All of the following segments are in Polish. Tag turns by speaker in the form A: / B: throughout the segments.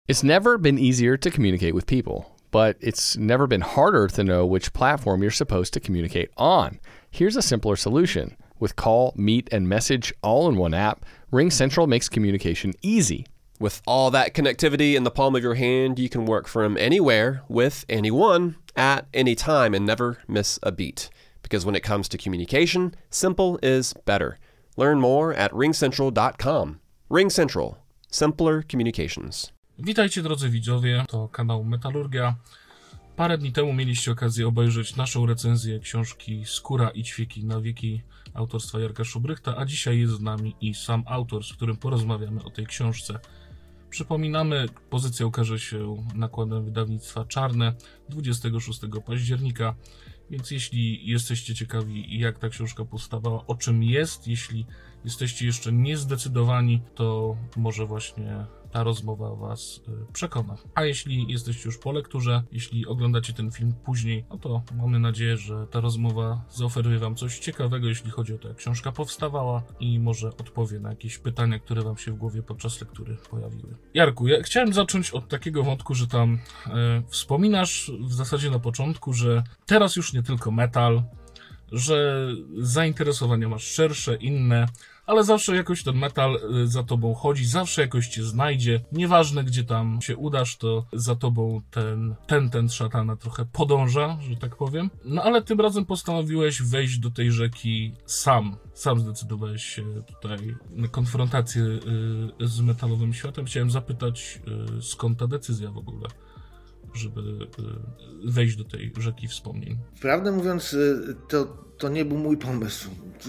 A: It's never been easier to communicate with people, but it's never been harder to know which platform you're supposed to communicate on. Here's a simpler solution. With call, meet, and message all in one app, RingCentral makes communication easy.
B: With all that connectivity in the palm of your hand, you can work from anywhere with anyone at any time and never miss a beat. Because when it comes to communication, simple is better. Learn more at ringcentral.com. RingCentral. Simpler communications.
C: Witajcie drodzy widzowie, to kanał Metalurgia. Parę dni temu mieliście okazję obejrzeć naszą recenzję książki Skóra i ćwieki na wieki autorstwa Jarka Szubrychta, a dzisiaj jest z nami i sam autor, z którym porozmawiamy o tej książce. Przypominamy, pozycja ukaże się nakładem wydawnictwa Czarne 26 października, więc jeśli jesteście ciekawi, jak ta książka powstawała, o czym jest, jeśli jesteście jeszcze niezdecydowani, to może właśnie ta rozmowa Was przekona. A jeśli jesteście już po lekturze, jeśli oglądacie ten film później, no to mamy nadzieję, że ta rozmowa zaoferuje Wam coś ciekawego, jeśli chodzi o to, jak książka powstawała i może odpowie na jakieś pytania, które Wam się w głowie podczas lektury pojawiły. Jarku, ja chciałem zacząć od takiego wątku, że tam wspominasz w zasadzie na początku, że teraz już nie tylko metal, że zainteresowania masz szersze, inne, ale zawsze jakoś ten metal za tobą chodzi, zawsze jakoś cię znajdzie. Nieważne, gdzie tam się udasz, to za tobą ten szatana trochę podąża, że tak powiem. No ale tym razem postanowiłeś wejść do tej rzeki sam. Sam zdecydowałeś się tutaj na konfrontację z metalowym światem. Chciałem zapytać, skąd ta decyzja w ogóle, żeby wejść do tej rzeki wspomnień.
D: Prawdę mówiąc, to nie był mój pomysł.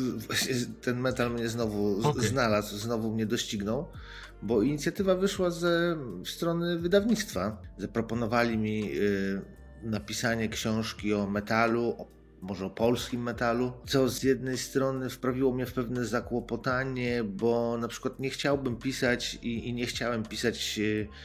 D: Ten metal mnie znowu znalazł, znowu mnie doścignął, bo inicjatywa wyszła ze strony wydawnictwa. Zaproponowali mi napisanie książki o metalu, może o polskim metalu, co z jednej strony wprawiło mnie w pewne zakłopotanie, bo na przykład nie chciałbym pisać i nie chciałem pisać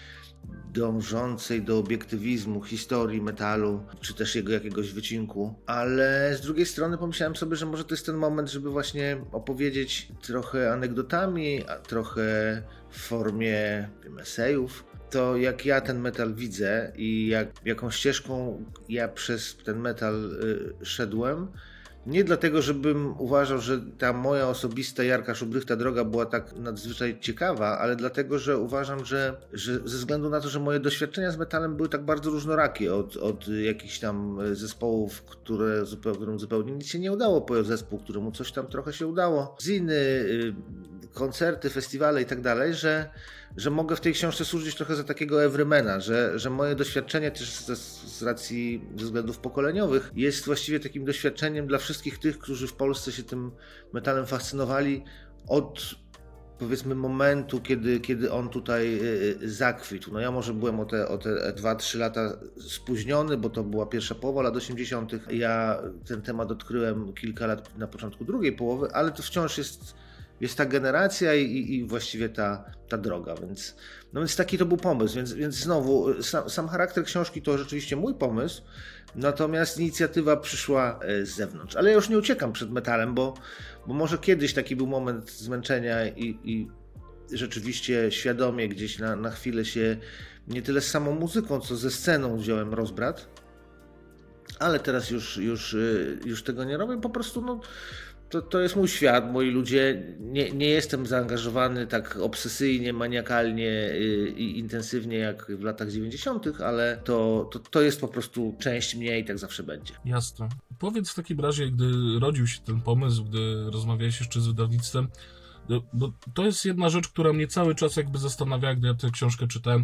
D: dążącej do obiektywizmu historii metalu, czy też jego jakiegoś wycinku, ale z drugiej strony pomyślałem sobie, że może to jest ten moment, żeby właśnie opowiedzieć trochę anegdotami, a trochę w formie esejów, to jak ja ten metal widzę i jaką ścieżką ja przez ten metal szedłem. Nie dlatego, żebym uważał, że ta moja osobista Jarka Szubrychta droga była tak nadzwyczaj ciekawa, ale dlatego, że uważam, że ze względu na to, że moje doświadczenia z metalem były tak bardzo różnorakie, od jakichś tam zespołów, którym zupełnie nic się nie udało, po zespół, któremu coś tam trochę się udało, ziny, koncerty, festiwale i tak dalej, że mogę w tej książce służyć trochę za takiego everymana, że moje doświadczenie też z racji względów pokoleniowych jest właściwie takim doświadczeniem dla wszystkich tych, którzy w Polsce się tym metalem fascynowali od, powiedzmy, momentu, kiedy on tutaj zakwitł. No ja może byłem o te 2-3 lata spóźniony, bo to była pierwsza połowa lat 80. Ja ten temat odkryłem kilka lat na początku drugiej połowy, ale to wciąż jest ta generacja i właściwie ta droga, więc taki to był pomysł, więc znowu sam charakter książki to rzeczywiście mój pomysł, natomiast inicjatywa przyszła z zewnątrz, ale ja już nie uciekam przed metalem, bo może kiedyś taki był moment zmęczenia i rzeczywiście świadomie gdzieś na chwilę się nie tyle z samą muzyką, co ze sceną wziąłem rozbrat, ale teraz już tego nie robię, po prostu To jest mój świat, moi ludzie. Nie jestem zaangażowany tak obsesyjnie, maniakalnie i intensywnie jak w latach 90., ale to jest po prostu część mnie i tak zawsze będzie.
C: Jasne. Powiedz w takim razie, gdy rodził się ten pomysł, gdy rozmawiałeś jeszcze z wydawnictwem, bo to jest jedna rzecz, która mnie cały czas jakby zastanawiała, gdy ja tę książkę czytałem.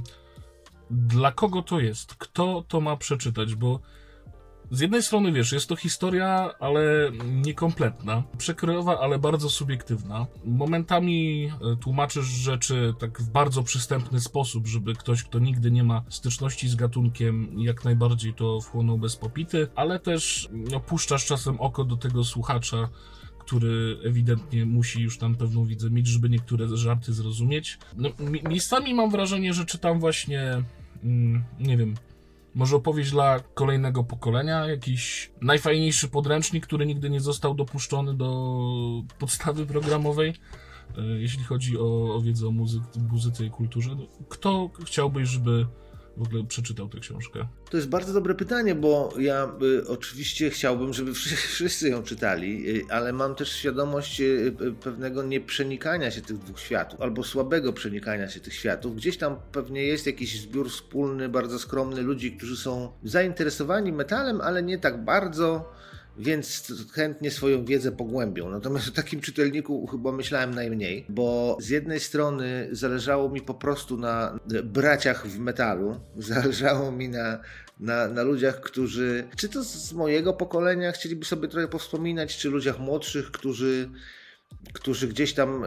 C: Dla kogo to jest? Kto to ma przeczytać? Bo z jednej strony, wiesz, jest to historia, ale niekompletna, przekrojowa, ale bardzo subiektywna. Momentami tłumaczysz rzeczy tak w bardzo przystępny sposób, żeby ktoś, kto nigdy nie ma styczności z gatunkiem, jak najbardziej to wchłonął bez popity, ale też puszczasz czasem oko do tego słuchacza, który ewidentnie musi już tam pewną wiedzę mieć, żeby niektóre żarty zrozumieć. Miejscami mam wrażenie, że czytam właśnie, nie wiem, może opowieść dla kolejnego pokolenia, jakiś najfajniejszy podręcznik, który nigdy nie został dopuszczony do podstawy programowej. jeśli chodzi o wiedzę o muzyce i kulturze. No, kto chciałbyś, żeby w ogóle przeczytał tę książkę?
D: To jest bardzo dobre pytanie, bo ja oczywiście chciałbym, żeby wszyscy ją czytali, ale mam też świadomość pewnego nieprzenikania się tych dwóch światów, albo słabego przenikania się tych światów. Gdzieś tam pewnie jest jakiś zbiór wspólny, bardzo skromny ludzi, którzy są zainteresowani metalem, ale nie tak bardzo, więc chętnie swoją wiedzę pogłębią. Natomiast o takim czytelniku chyba myślałem najmniej, bo z jednej strony zależało mi po prostu na braciach w metalu, zależało mi na ludziach, którzy, czy to z mojego pokolenia chcieliby sobie trochę powspominać, czy ludziach młodszych, którzy gdzieś tam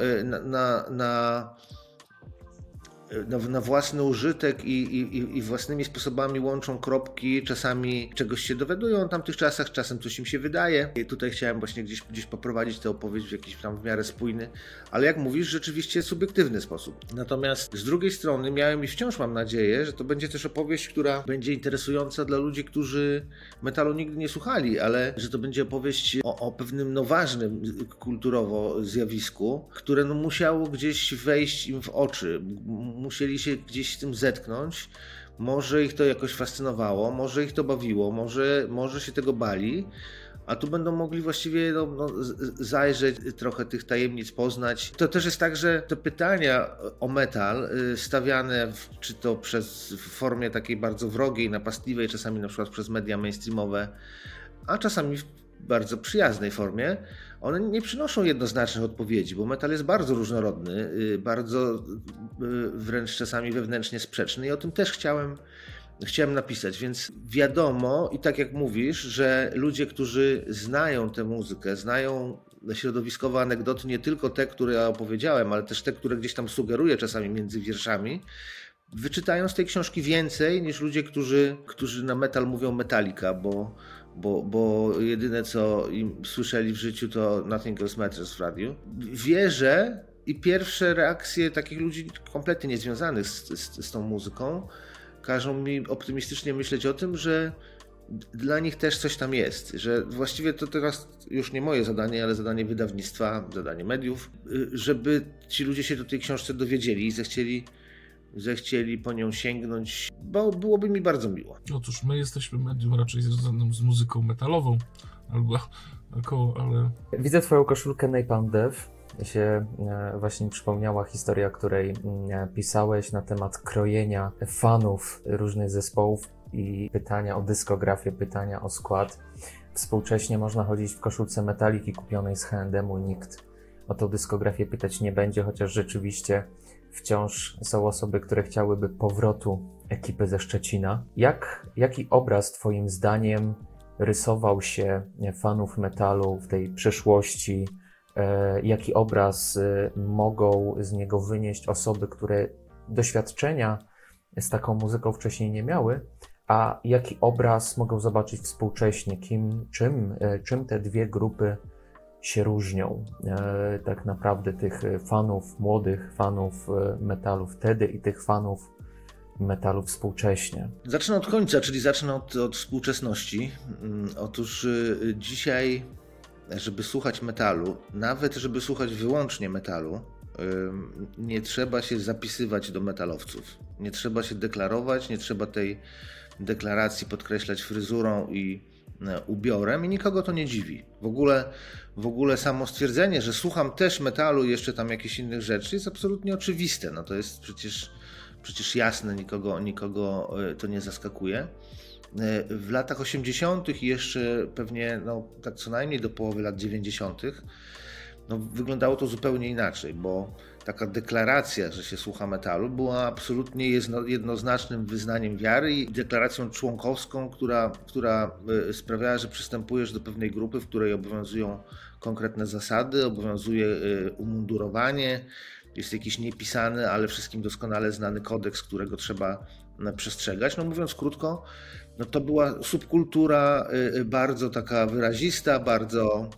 D: na własny użytek i własnymi sposobami łączą kropki, czasami czegoś się dowiadują o tamtych czasach, czasem coś im się wydaje. I tutaj chciałem właśnie gdzieś poprowadzić tę opowieść w jakiś tam w miarę spójny, ale jak mówisz, rzeczywiście subiektywny sposób. Natomiast z drugiej strony miałem i wciąż mam nadzieję, że to będzie też opowieść, która będzie interesująca dla ludzi, którzy metalu nigdy nie słuchali, ale że to będzie opowieść o pewnym ważnym kulturowo zjawisku, które musiało gdzieś wejść im w oczy. Musieli się gdzieś z tym zetknąć, może ich to jakoś fascynowało, może ich to bawiło, może się tego bali, a tu będą mogli właściwie zajrzeć, trochę tych tajemnic poznać. To też jest tak, że te pytania o metal stawiane czy to w formie takiej bardzo wrogiej, napastliwej, czasami na przykład przez media mainstreamowe, a czasami w bardzo przyjaznej formie, one nie przynoszą jednoznacznych odpowiedzi, bo metal jest bardzo różnorodny, bardzo wręcz czasami wewnętrznie sprzeczny i o tym też chciałem napisać, więc wiadomo i tak jak mówisz, że ludzie, którzy znają tę muzykę, znają środowiskowe anegdoty, nie tylko te, które ja opowiedziałem, ale też te, które gdzieś tam sugeruję czasami między wierszami, wyczytają z tej książki więcej niż ludzie, którzy na metal mówią Metallica, bo jedyne co im słyszeli w życiu to Nothing Else Matters w radiu. Wierzę i pierwsze reakcje takich ludzi kompletnie niezwiązanych z tą muzyką każą mi optymistycznie myśleć o tym, że dla nich też coś tam jest, że właściwie to teraz już nie moje zadanie, ale zadanie wydawnictwa, zadanie mediów, żeby ci ludzie się do tej książce dowiedzieli i zechcieli po nią sięgnąć, bo byłoby mi bardzo miło.
C: Otóż my jesteśmy medium raczej związanym z muzyką metalową, ale...
E: Widzę twoją koszulkę Napalm Death. Się właśnie mi przypomniała historia, której pisałeś na temat krojenia fanów różnych zespołów i pytania o dyskografię, pytania o skład. Współcześnie można chodzić w koszulce Metaliki kupionej z H&M-u, nikt o tą dyskografię pytać nie będzie, chociaż rzeczywiście wciąż są osoby, które chciałyby powrotu ekipy ze Szczecina. Jaki obraz twoim zdaniem rysował się fanów metalu w tej przeszłości? Jaki obraz mogą z niego wynieść osoby, które doświadczenia z taką muzyką wcześniej nie miały, a jaki obraz mogą zobaczyć współcześnie, czym te dwie grupy się różnią, tak naprawdę tych fanów, młodych fanów metalu wtedy i tych fanów metalu współcześnie.
D: Zacznę od końca, czyli zacznę od współczesności. Otóż dzisiaj, żeby słuchać metalu, nawet żeby słuchać wyłącznie metalu, nie trzeba się zapisywać do metalowców. Nie trzeba się deklarować, nie trzeba tej deklaracji podkreślać fryzurą i ubiorem i nikogo to nie dziwi. W ogóle samo stwierdzenie, że słucham też metalu i jeszcze tam jakichś innych rzeczy jest absolutnie oczywiste. No to jest przecież jasne, nikogo to nie zaskakuje. W latach 80. i jeszcze pewnie tak co najmniej do połowy lat 90. Wyglądało to zupełnie inaczej, bo taka deklaracja, że się słucha metalu, była absolutnie jednoznacznym wyznaniem wiary i deklaracją członkowską, która sprawiała, że przystępujesz do pewnej grupy, w której obowiązują konkretne zasady, obowiązuje umundurowanie, jest jakiś niepisany, ale wszystkim doskonale znany kodeks, którego trzeba przestrzegać. Mówiąc krótko, to była subkultura bardzo taka wyrazista, bardzo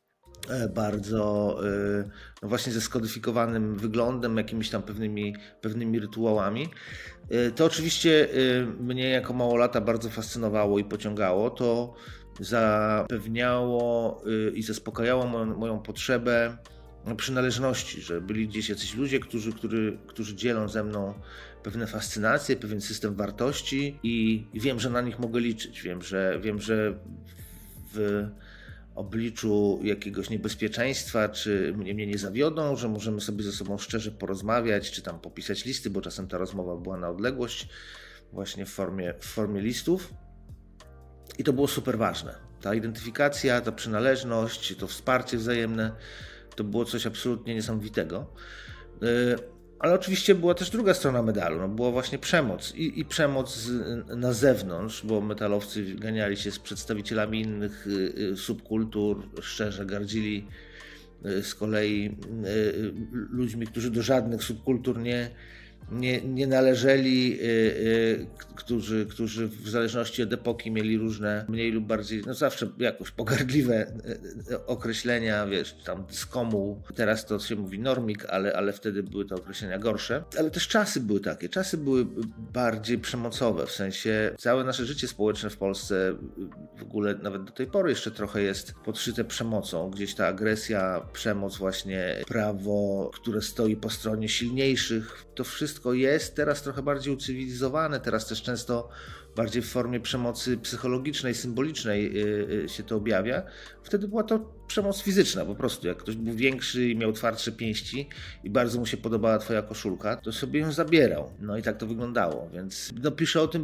D: właśnie ze skodyfikowanym wyglądem, jakimiś tam pewnymi rytuałami. To oczywiście mnie jako małolata bardzo fascynowało i pociągało. To zapewniało i zaspokajało moją potrzebę przynależności, że byli gdzieś jacyś ludzie, którzy dzielą ze mną pewne fascynacje, pewien system wartości i wiem, że na nich mogę liczyć. Wiem, że w obliczu jakiegoś niebezpieczeństwa, czy mnie nie zawiodą, że możemy sobie ze sobą szczerze porozmawiać, czy tam popisać listy, bo czasem ta rozmowa była na odległość, właśnie w formie listów. I to było super ważne. Ta identyfikacja, ta przynależność, to wsparcie wzajemne, to było coś absolutnie niesamowitego. Ale oczywiście była też druga strona medalu, no była właśnie przemoc i przemoc na zewnątrz, bo metalowcy ganiali się z przedstawicielami innych subkultur, szczerze gardzili z kolei ludźmi, którzy do żadnych subkultur nie należeli, którzy w zależności od epoki mieli różne, mniej lub bardziej, no zawsze jakoś pogardliwe określenia, wiesz, tam dyskomuł, teraz to się mówi normik, ale wtedy były te określenia gorsze. Ale też czasy były takie, czasy były bardziej przemocowe, w sensie całe nasze życie społeczne w Polsce w ogóle nawet do tej pory jeszcze trochę jest podszyte przemocą, gdzieś ta agresja, przemoc właśnie, prawo, które stoi po stronie silniejszych, to wszystko jest teraz trochę bardziej ucywilizowane, teraz też często bardziej w formie przemocy psychologicznej, symbolicznej się to objawia. Wtedy była to przemoc fizyczna po prostu. Jak ktoś był większy i miał twardsze pięści i bardzo mu się podobała twoja koszulka, to sobie ją zabierał. No i tak to wyglądało, więc no, piszę o tym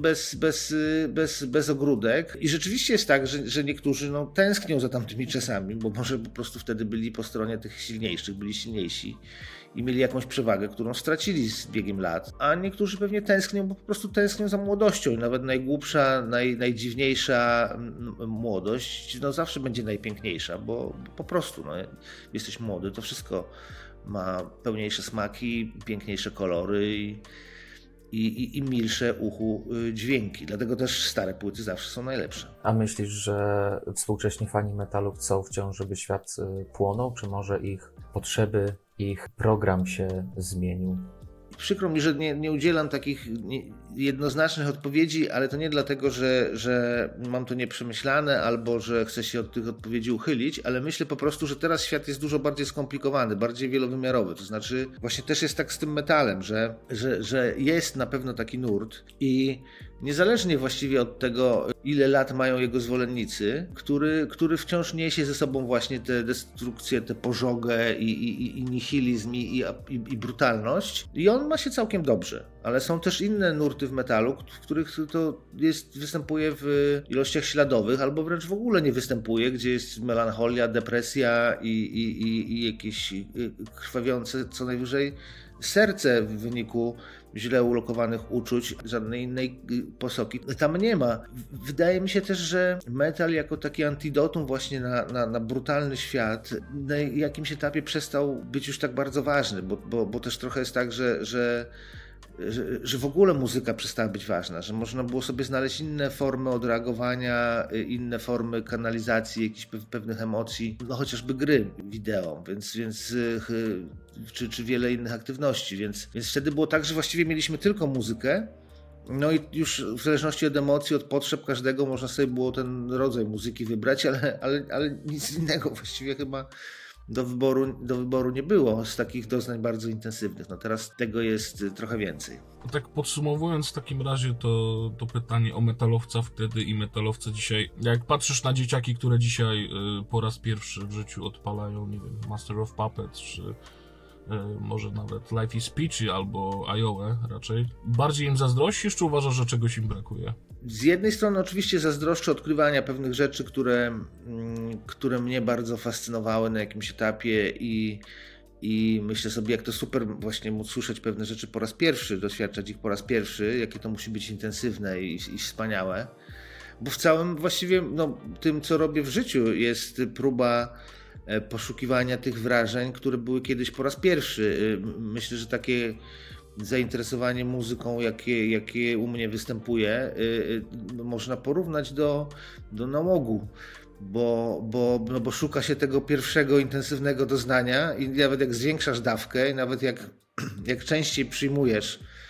D: bez ogródek. I rzeczywiście jest tak, że niektórzy tęsknią za tamtymi czasami, bo może po prostu wtedy byli po stronie tych silniejszych, byli silniejsi i mieli jakąś przewagę, którą stracili z biegiem lat, a niektórzy pewnie tęsknią, bo po prostu tęsknią za młodością i nawet najgłupsza, najdziwniejsza młodość zawsze będzie najpiękniejsza, bo po prostu jesteś młody, to wszystko ma pełniejsze smaki, piękniejsze kolory i milsze uchu dźwięki. Dlatego też stare płyty zawsze są najlepsze.
E: A myślisz, że współcześni fani metalu chcą wciąż, żeby świat płonął, czy może ich potrzeby, ich program się zmienił?
D: Przykro mi, że nie udzielam takich jednoznacznych odpowiedzi, ale to nie dlatego, że mam to nieprzemyślane albo że chcę się od tych odpowiedzi uchylić, ale myślę po prostu, że teraz świat jest dużo bardziej skomplikowany, bardziej wielowymiarowy. To znaczy właśnie też jest tak z tym metalem, że jest na pewno taki nurt i niezależnie właściwie od tego, ile lat mają jego zwolennicy, który wciąż niesie ze sobą właśnie tę destrukcję, tę pożogę i nihilizm i brutalność. I on ma się całkiem dobrze. Ale są też inne nurty w metalu, w których to występuje w ilościach śladowych, albo wręcz w ogóle nie występuje, gdzie jest melancholia, depresja i jakieś krwawiące co najwyżej serce w wyniku źle ulokowanych uczuć, żadnej innej posoki tam nie ma. Wydaje mi się też, że metal jako taki antidotum właśnie na brutalny świat na jakimś etapie przestał być już tak bardzo ważny, bo też trochę jest tak, że w ogóle muzyka przestała być ważna, że można było sobie znaleźć inne formy odreagowania, inne formy kanalizacji jakichś pewnych emocji, chociażby gry wideo, czy wiele innych aktywności, więc wtedy było tak, że właściwie mieliśmy tylko muzykę, no i już w zależności od emocji, od potrzeb każdego można sobie było ten rodzaj muzyki wybrać, ale nic innego właściwie chyba do wyboru nie było z takich doznań bardzo intensywnych. No teraz tego jest trochę więcej.
C: Tak podsumowując w takim razie to pytanie o metalowca wtedy i metalowca dzisiaj. Jak patrzysz na dzieciaki, które dzisiaj po raz pierwszy w życiu odpalają, nie wiem, Master of Puppets, czy może nawet Life is Peachy albo Iowa raczej, bardziej im zazdrościsz, czy uważasz, że czegoś im brakuje?
D: Z jednej strony oczywiście zazdroszczę odkrywania pewnych rzeczy, które mnie bardzo fascynowały na jakimś etapie i myślę sobie, jak to super właśnie móc słyszeć pewne rzeczy po raz pierwszy, doświadczać ich po raz pierwszy, jakie to musi być intensywne i wspaniałe. Bo w całym właściwie tym, co robię w życiu, jest próba poszukiwania tych wrażeń, które były kiedyś po raz pierwszy. Myślę, że takie zainteresowanie muzyką, jakie u mnie występuje, można porównać do nałogu, bo szuka się tego pierwszego intensywnego doznania i nawet jak zwiększasz dawkę i nawet jak częściej przyjmujesz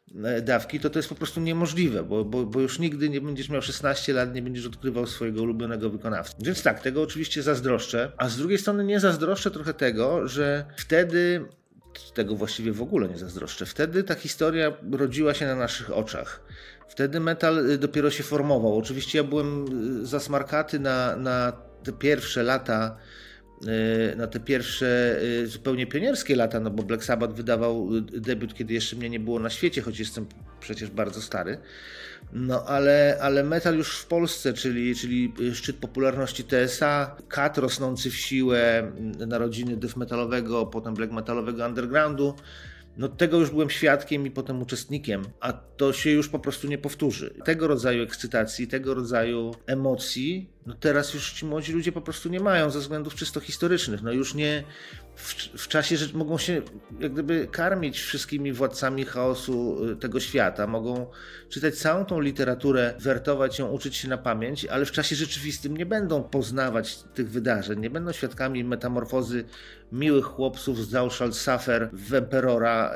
D: dawki, to jest po prostu niemożliwe, bo już nigdy nie będziesz miał 16 lat, nie będziesz odkrywał swojego ulubionego wykonawcy. Więc tak, tego oczywiście zazdroszczę, a z drugiej strony nie zazdroszczę trochę tego, że wtedy, tego właściwie w ogóle nie zazdroszczę, wtedy ta historia rodziła się na naszych oczach. Wtedy metal dopiero się formował. Oczywiście ja byłem zasmarkaty na te pierwsze lata, na te pierwsze zupełnie pionierskie lata, no bo Black Sabbath wydawał debiut, kiedy jeszcze mnie nie było na świecie, choć jestem przecież bardzo stary. No ale metal już w Polsce, czyli szczyt popularności TSA, kat rosnący w siłę, narodziny death metalowego, potem black metalowego undergroundu, no tego już byłem świadkiem i potem uczestnikiem, a to się już po prostu nie powtórzy. Tego rodzaju ekscytacji, tego rodzaju emocji, no teraz już ci młodzi ludzie po prostu nie mają ze względów czysto historycznych. No już nie w czasie, że mogą się jak gdyby karmić wszystkimi władcami chaosu tego świata, mogą czytać całą tą literaturę, wertować ją, uczyć się na pamięć, ale w czasie rzeczywistym nie będą poznawać tych wydarzeń, nie będą świadkami metamorfozy miłych chłopców z Thou Shalt Suffer w Emperora,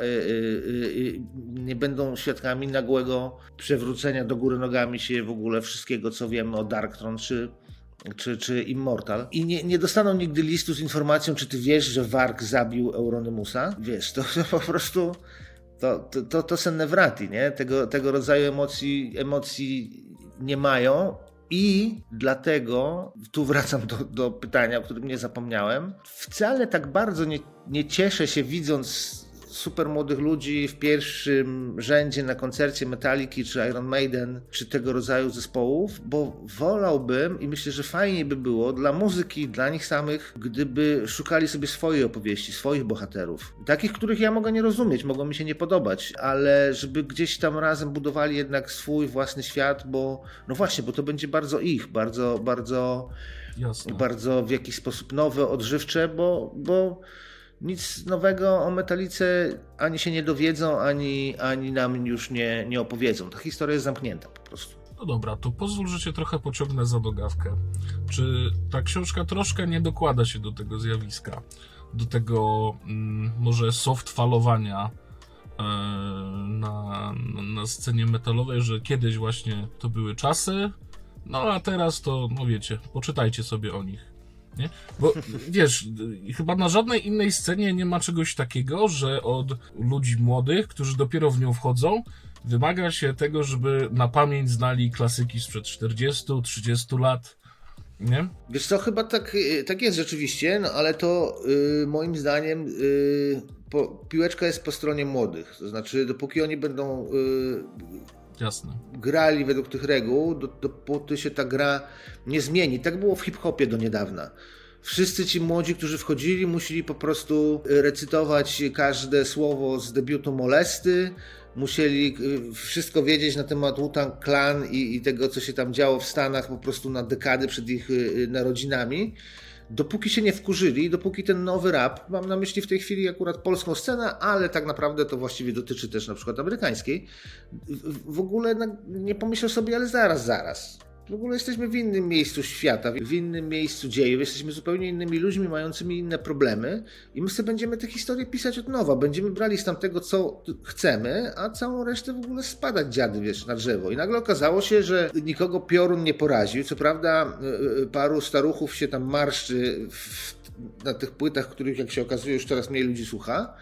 D: nie będą świadkami nagłego przewrócenia do góry nogami się w ogóle wszystkiego, co wiemy o Darkthrone czy Immortal. I nie dostaną nigdy listu z informacją, czy ty wiesz, że Warg zabił Euronymousa. Wiesz, to po prostu to senne wrati, nie? Tego rodzaju emocji nie mają. I dlatego, tu wracam do pytania, o którym nie zapomniałem, wcale tak bardzo nie cieszę się, widząc super młodych ludzi w pierwszym rzędzie na koncercie Metaliki, czy Iron Maiden, czy tego rodzaju zespołów, bo wolałbym i myślę, że fajniej by było dla muzyki, dla nich samych, gdyby szukali sobie swojej opowieści, swoich bohaterów. Takich, których ja mogę nie rozumieć, mogą mi się nie podobać, ale żeby gdzieś tam razem budowali jednak swój własny świat, bo no właśnie, bo to będzie bardzo ich, bardzo
C: Jasne.
D: Bardzo w jakiś sposób nowe, odżywcze, bo nic nowego o Metalice ani się nie dowiedzą, ani nam już nie opowiedzą. Ta historia jest zamknięta po prostu.
C: No dobra, to pozwól, że cię trochę pociągnę za nogawkę. Czy ta książka troszkę nie dokłada się do tego zjawiska? Do tego może soft fallowania na scenie metalowej, że kiedyś właśnie to były czasy, no a teraz to, no wiecie, poczytajcie sobie o nich. Nie? Bo wiesz, chyba na żadnej innej scenie nie ma czegoś takiego, że od ludzi młodych, którzy dopiero w nią wchodzą, wymaga się tego, żeby na pamięć znali klasyki sprzed 40-30 lat. Nie?
D: Wiesz co, chyba tak jest rzeczywiście, no ale to moim zdaniem piłeczka jest po stronie młodych. To znaczy, dopóki oni będą
C: Jasne.
D: grali według tych reguł, dopóty się ta gra nie zmieni. Tak było w hip-hopie do niedawna. Wszyscy ci młodzi, którzy wchodzili, musieli po prostu recytować każde słowo z debiutu Molesty, musieli wszystko wiedzieć na temat Wu-Tang Clan i tego, co się tam działo w Stanach po prostu na dekady przed ich narodzinami. Dopóki się nie wkurzyli, dopóki ten nowy rap, mam na myśli w tej chwili akurat polską scenę, ale tak naprawdę to właściwie dotyczy też na przykład amerykańskiej, w ogóle nie pomyślał sobie, ale zaraz. W ogóle jesteśmy w innym miejscu świata, w innym miejscu dziejów, jesteśmy zupełnie innymi ludźmi, mającymi inne problemy i my sobie będziemy tę historię pisać od nowa. Będziemy brali z tamtego, co chcemy, a całą resztę w ogóle spadać dziady, wiesz, na drzewo. I nagle okazało się, że nikogo piorun nie poraził. Co prawda paru staruchów się tam marszczy na tych płytach, których, jak się okazuje, już coraz mniej ludzi słucha.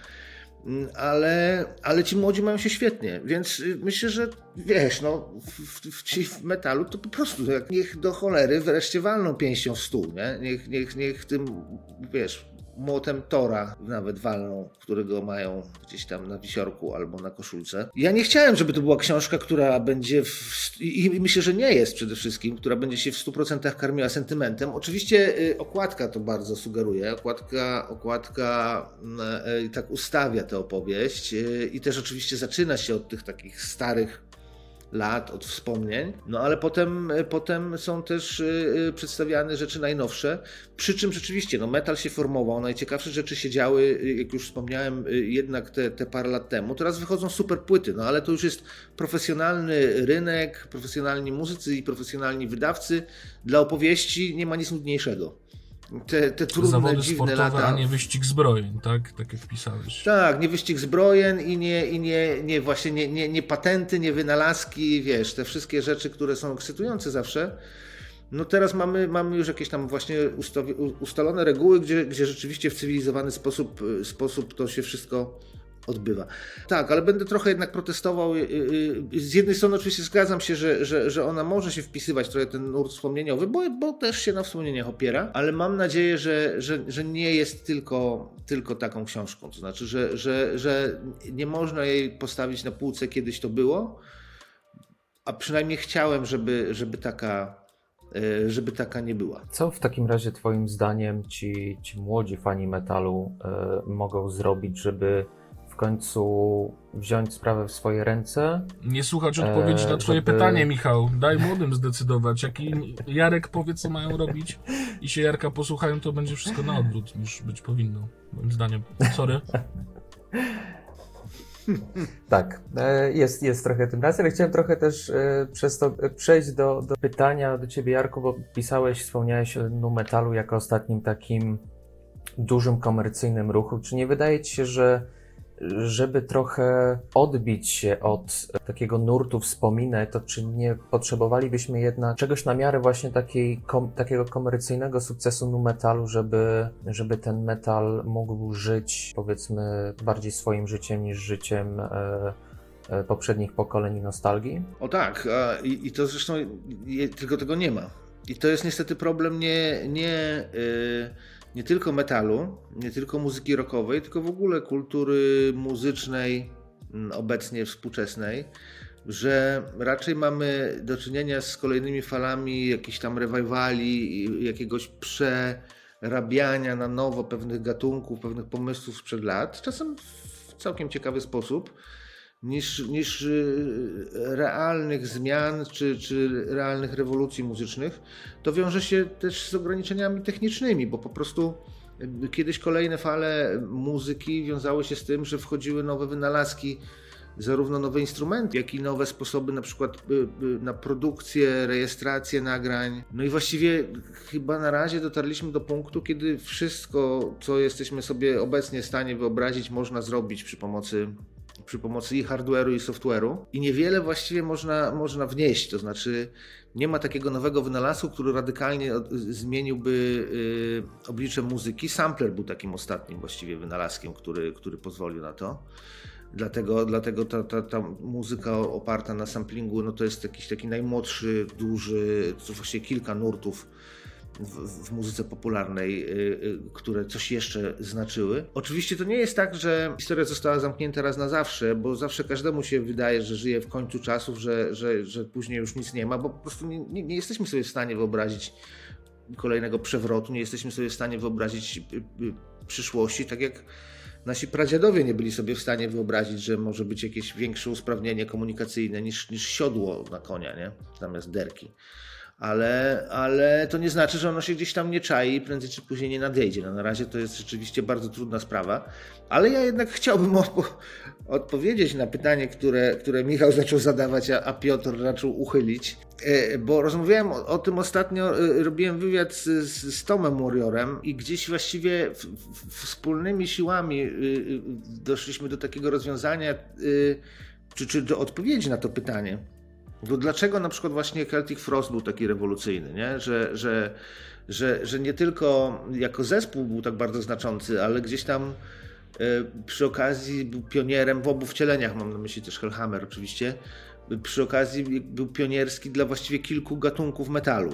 D: Ale ci młodzi mają się świetnie, więc myślę, że wiesz, no w metalu to po prostu niech do cholery wreszcie walną pięścią w stół, nie? Niech tym, wiesz, młotem Tora nawet walną, którego mają gdzieś tam na wisiorku albo na koszulce. Ja nie chciałem, żeby to była książka, która będzie i myślę, że nie jest przede wszystkim, która będzie się w 100% karmiła sentymentem. Oczywiście okładka to bardzo sugeruje. Okładka tak ustawia tę opowieść i też oczywiście zaczyna się od tych takich starych lat, od wspomnień, no ale potem są też przedstawiane rzeczy najnowsze, przy czym rzeczywiście no metal się formował, najciekawsze rzeczy się działy, jak już wspomniałem, jednak te parę lat temu. Teraz wychodzą super płyty, no ale to już jest profesjonalny rynek, profesjonalni muzycy i profesjonalni wydawcy. Dla opowieści nie ma nic nudniejszego. te trudne,
C: zawody
D: dziwne
C: sportowe,
D: lata.
C: a nie wyścig zbrojeń, tak? Tak jak wpisałeś.
D: Tak, nie wyścig zbrojen i nie patenty, nie wynalazki, wiesz, te wszystkie rzeczy, które są ekscytujące zawsze. No teraz mamy już jakieś tam właśnie ustalone reguły, gdzie rzeczywiście w cywilizowany sposób to się wszystko odbywa. Tak, ale będę trochę jednak protestował. Z jednej strony oczywiście zgadzam się, że ona może się wpisywać trochę ten nurt wspomnieniowy, bo też się na wspomnieniach opiera, ale mam nadzieję, że nie jest tylko taką książką. To znaczy, że nie można jej postawić na półce, kiedyś to było, a przynajmniej chciałem, żeby taka nie była.
E: Co w takim razie twoim zdaniem ci młodzi fani metalu mogą zrobić, żeby w końcu wziąć sprawę w swoje ręce?
C: Nie słuchać odpowiedzi na twoje pytanie, Michał. Daj młodym zdecydować. Jak im Jarek powie, co mają robić i się Jarka posłuchają, to będzie wszystko na odwrót, niż być powinno, moim zdaniem. Sorry.
E: Tak, jest trochę tym razem, ale chciałem trochę też przez to przejść do pytania do ciebie, Jarku, bo wspomniałeś o nu metalu jako ostatnim takim dużym komercyjnym ruchu. Czy nie wydaje ci się, że żeby trochę odbić się od takiego nurtu wspominek, to czy nie potrzebowalibyśmy jednak czegoś na miarę właśnie takiego komercyjnego sukcesu nu metalu, żeby ten metal mógł żyć, powiedzmy, bardziej swoim życiem niż życiem poprzednich pokoleń i nostalgii?
D: O tak, i to zresztą tylko tego nie ma. I to jest niestety problem nie tylko metalu, nie tylko muzyki rockowej, tylko w ogóle kultury muzycznej obecnie współczesnej, że raczej mamy do czynienia z kolejnymi falami jakichś tam rewajwali, jakiegoś przerabiania na nowo pewnych gatunków, pewnych pomysłów sprzed lat, czasem w całkiem ciekawy sposób, niż realnych zmian czy realnych rewolucji muzycznych. To wiąże się też z ograniczeniami technicznymi, bo po prostu kiedyś kolejne fale muzyki wiązały się z tym, że wchodziły nowe wynalazki, zarówno nowe instrumenty, jak i nowe sposoby na przykład na produkcję, rejestrację nagrań. No i właściwie chyba na razie dotarliśmy do punktu, kiedy wszystko, co jesteśmy sobie obecnie w stanie wyobrazić, można zrobić przy pomocy i hardware'u, i software'u i niewiele właściwie można wnieść, to znaczy nie ma takiego nowego wynalazku, który radykalnie zmieniłby oblicze muzyki. Sampler był takim ostatnim właściwie wynalazkiem, który pozwolił na to. Dlatego ta muzyka oparta na samplingu, no to jest jakiś taki najmłodszy, duży, to właściwie kilka nurtów w muzyce popularnej, które coś jeszcze znaczyły. Oczywiście to nie jest tak, że historia została zamknięta raz na zawsze, bo zawsze każdemu się wydaje, że żyje w końcu czasów, że później już nic nie ma, bo po prostu nie jesteśmy sobie w stanie wyobrazić kolejnego przewrotu, nie jesteśmy sobie w stanie wyobrazić przyszłości, tak jak nasi pradziadowie nie byli sobie w stanie wyobrazić, że może być jakieś większe usprawnienie komunikacyjne niż siodło na konia, nie? Zamiast derki. Ale to nie znaczy, że ono się gdzieś tam nie czai i prędzej czy później nie nadejdzie. No, na razie to jest rzeczywiście bardzo trudna sprawa, ale ja jednak chciałbym odpowiedzieć na pytanie, które Michał zaczął zadawać, a Piotr raczył uchylić, bo rozmawiałem o tym ostatnio, robiłem wywiad z Tomem Warriorem i gdzieś właściwie wspólnymi siłami doszliśmy do takiego rozwiązania, czy do odpowiedzi na to pytanie. To dlaczego na przykład właśnie Celtic Frost był taki rewolucyjny, nie? Że nie tylko jako zespół był tak bardzo znaczący, ale gdzieś tam przy okazji był pionierem w obu wcieleniach, mam na myśli też Hellhammer oczywiście, przy okazji był pionierski dla właściwie kilku gatunków metalu,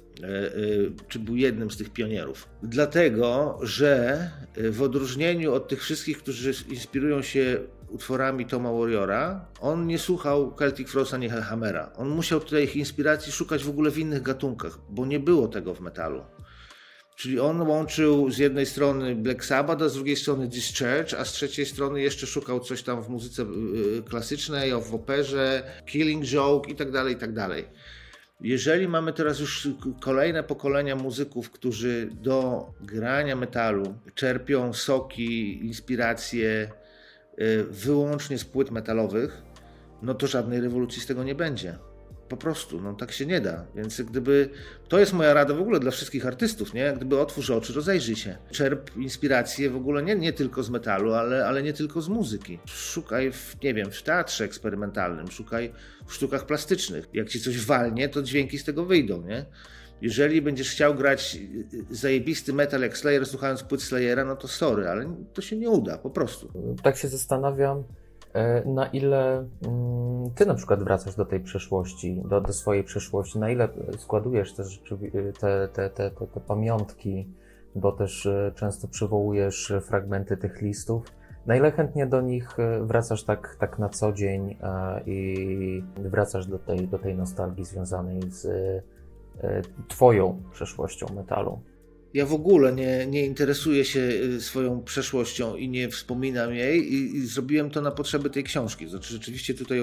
D: czy był jednym z tych pionierów. Dlatego, że w odróżnieniu od tych wszystkich, którzy inspirują się utworami Toma Warriora, on nie słuchał Celtic Frost ani Hellhammera. On musiał tutaj ich inspiracji szukać w ogóle w innych gatunkach, bo nie było tego w metalu. Czyli on łączył z jednej strony Black Sabbath, a z drugiej strony Discharge, a z trzeciej strony jeszcze szukał coś tam w muzyce klasycznej, w operze, Killing Joke i tak dalej. Jeżeli mamy teraz już kolejne pokolenia muzyków, którzy do grania metalu czerpią soki, inspiracje wyłącznie z płyt metalowych, no to żadnej rewolucji z tego nie będzie. Po prostu, no tak się nie da. Więc gdyby, to jest moja rada w ogóle dla wszystkich artystów, nie? Gdyby otwórz oczy, rozejrzyj się. Czerp inspirację w ogóle nie tylko z metalu, ale nie tylko z muzyki. Szukaj w teatrze eksperymentalnym, szukaj w sztukach plastycznych. Jak ci coś walnie, to dźwięki z tego wyjdą, nie? Jeżeli będziesz chciał grać zajebisty metal jak Slayer, słuchając płyt Slayera, no to sorry, ale to się nie uda, po prostu.
E: Tak się zastanawiam, na ile ty na przykład wracasz do tej przeszłości, do swojej przeszłości, na ile składujesz te pamiątki, bo też często przywołujesz fragmenty tych listów, na ile chętnie do nich wracasz tak na co dzień i wracasz do tej nostalgii związanej z twoją przeszłością metalu?
D: Ja w ogóle nie interesuję się swoją przeszłością i nie wspominam jej i zrobiłem to na potrzeby tej książki. Znaczy rzeczywiście tutaj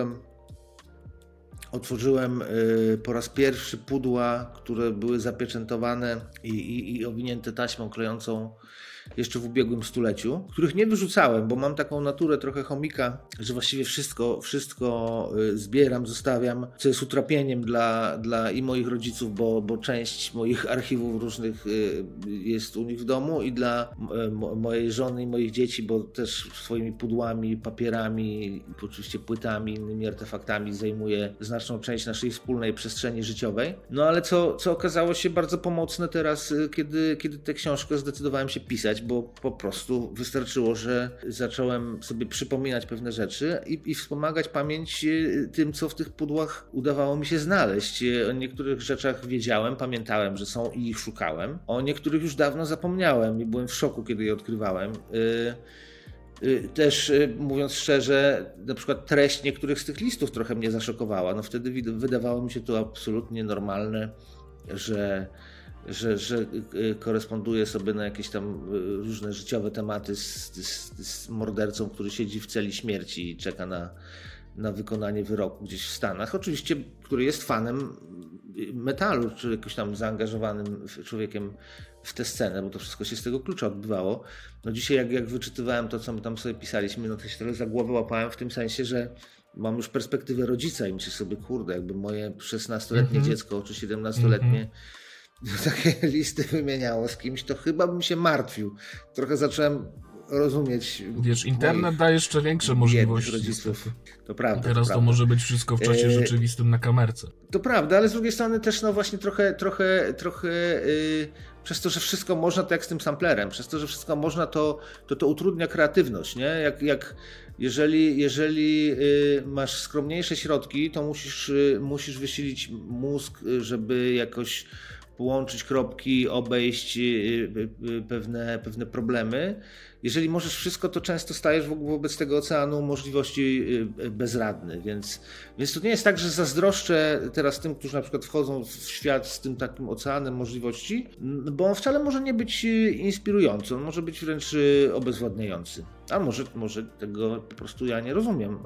D: otworzyłem po raz pierwszy pudła, które były zapieczętowane i owinięte taśmą klejącą jeszcze w ubiegłym stuleciu, których nie wyrzucałem, bo mam taką naturę trochę chomika, że właściwie wszystko zbieram, zostawiam, co jest utrapieniem dla i moich rodziców, bo część moich archiwów różnych jest u nich w domu i dla mojej żony i moich dzieci, bo też swoimi pudłami, papierami, oczywiście płytami, innymi artefaktami zajmuje znaczną część naszej wspólnej przestrzeni życiowej. No ale co okazało się bardzo pomocne teraz, kiedy tę książkę zdecydowałem się pisać, bo po prostu wystarczyło, że zacząłem sobie przypominać pewne rzeczy i wspomagać pamięć tym, co w tych pudłach udawało mi się znaleźć. O niektórych rzeczach wiedziałem, pamiętałem, że są i ich szukałem. O niektórych już dawno zapomniałem i byłem w szoku, kiedy je odkrywałem. Też mówiąc szczerze, na przykład treść niektórych z tych listów trochę mnie zaszokowała. No wtedy wydawało mi się to absolutnie normalne, że koresponduje sobie na jakieś tam różne życiowe tematy z mordercą, który siedzi w celi śmierci i czeka na wykonanie wyroku gdzieś w Stanach. Oczywiście, który jest fanem metalu, czy jakoś tam zaangażowanym człowiekiem w tę scenę, bo to wszystko się z tego klucza odbywało. No dzisiaj jak wyczytywałem to, co my tam sobie pisaliśmy, no to się trochę za głowę łapałem w tym sensie, że mam już perspektywę rodzica i myślę sobie, kurde, jakby moje 16-letnie dziecko czy 17-letnie takie listy wymieniało z kimś, to chyba bym się martwił. Trochę zacząłem rozumieć.
C: Wiesz, internet da jeszcze większe możliwości rodziców.
D: To prawda.
C: Teraz to może być wszystko w czasie rzeczywistym na kamerce.
D: To prawda, ale z drugiej strony też no właśnie trochę przez to, że wszystko można, tak jak z tym samplerem, przez to, że wszystko można, to utrudnia kreatywność, nie? Jeżeli masz skromniejsze środki, to musisz wysilić mózg, żeby jakoś połączyć kropki, obejść pewne problemy. Jeżeli możesz wszystko, to często stajesz wobec tego oceanu możliwości bezradny, więc to nie jest tak, że zazdroszczę teraz tym, którzy na przykład wchodzą w świat z tym takim oceanem możliwości, bo on wcale może nie być inspirujący, on może być wręcz obezwładniający. A może tego po prostu ja nie rozumiem,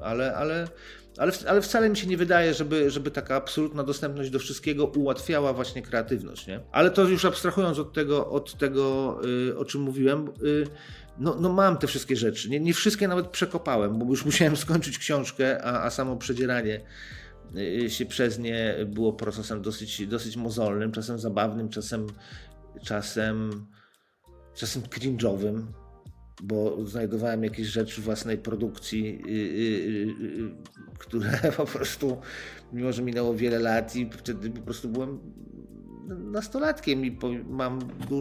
D: ale wcale mi się nie wydaje, żeby taka absolutna dostępność do wszystkiego ułatwiała właśnie kreatywność, nie? Ale to już abstrahując od tego, o czym mówiłem, no mam te wszystkie rzeczy. Nie wszystkie nawet przekopałem, bo już musiałem skończyć książkę, a samo przedzieranie się przez nie było procesem dosyć mozolnym, czasem zabawnym, czasem cringe'owym, bo znajdowałem jakieś rzeczy własnej produkcji, które po prostu, mimo że minęło wiele lat i wtedy po prostu byłem nastolatkiem i mam